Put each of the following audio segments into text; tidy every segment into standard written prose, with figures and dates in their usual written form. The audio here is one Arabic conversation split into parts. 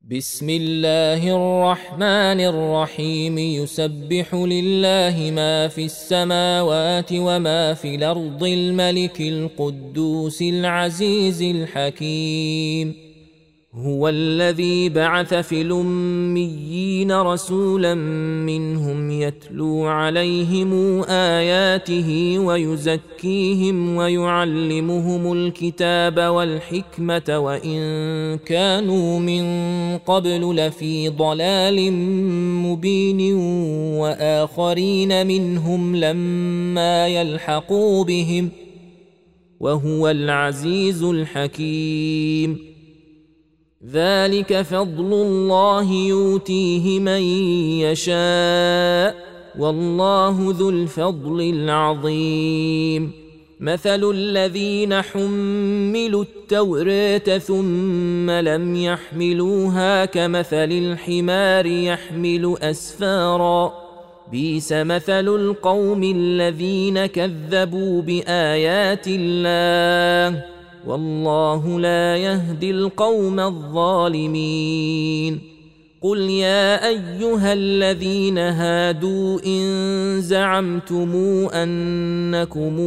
بسم الله الرحمن الرحيم. يسبح لله ما في السماوات وما في الأرض الملك القدوس العزيز الحكيم. هو الذي بعث في الأميين رسولا منهم يتلو عليهم آياته ويزكيهم ويعلمهم الكتاب والحكمة وإن كانوا من قبل لفي ضلال مبين وآخرين منهم لما يلحقوا بهم وهو العزيز الحكيم. ذلك فضل الله يؤتيه من يشاء والله ذو الفضل العظيم. مثل الذين حملوا التوراة ثم لم يحملوها كمثل الحمار يحمل أسفارا بئس مثل القوم الذين كذبوا بآيات الله والله لا يهدي القوم الظالمين. قل يا أيها الذين هادوا إن زعمتم أنكم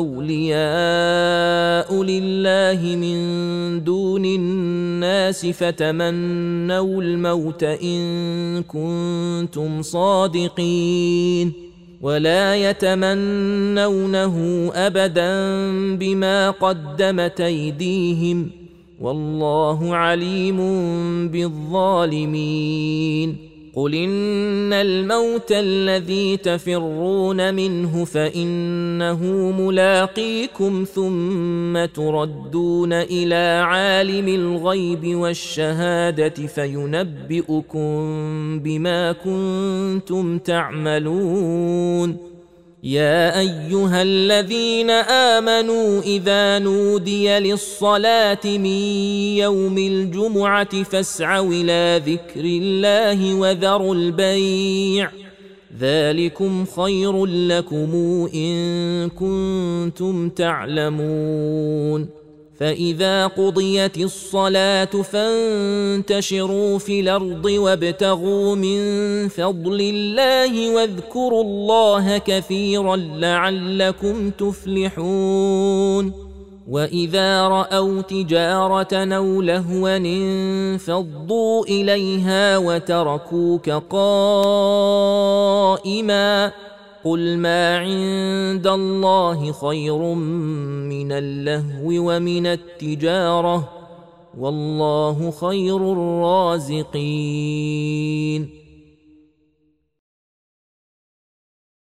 أولياء لله من دون الناس فتمنوا الموت إن كنتم صادقين ولا يتمنونه أبدا بما قدمت أيديهم والله عليم بالظالمين. قل إن الموت الذي تفرون منه فإنه ملاقيكم ثم تردون إلى عالم الغيب والشهادة فينبئكم بما كنتم تعملون. يا أيها الذين آمنوا إذا نودي للصلاة من يوم الجمعة فاسعوا إلى ذكر الله وذروا البيع ذلكم خير لكم إن كنتم تعلمون. فإذا قضيت الصلاة فانتشروا في الأرض وابتغوا من فضل الله واذكروا الله كثيرا لعلكم تفلحون. وإذا رأوا تجارة أو لهوا انفضوا إليها وتركوك قائما قل ما عند الله خير من اللهو ومن التجارة والله خير الرازقين.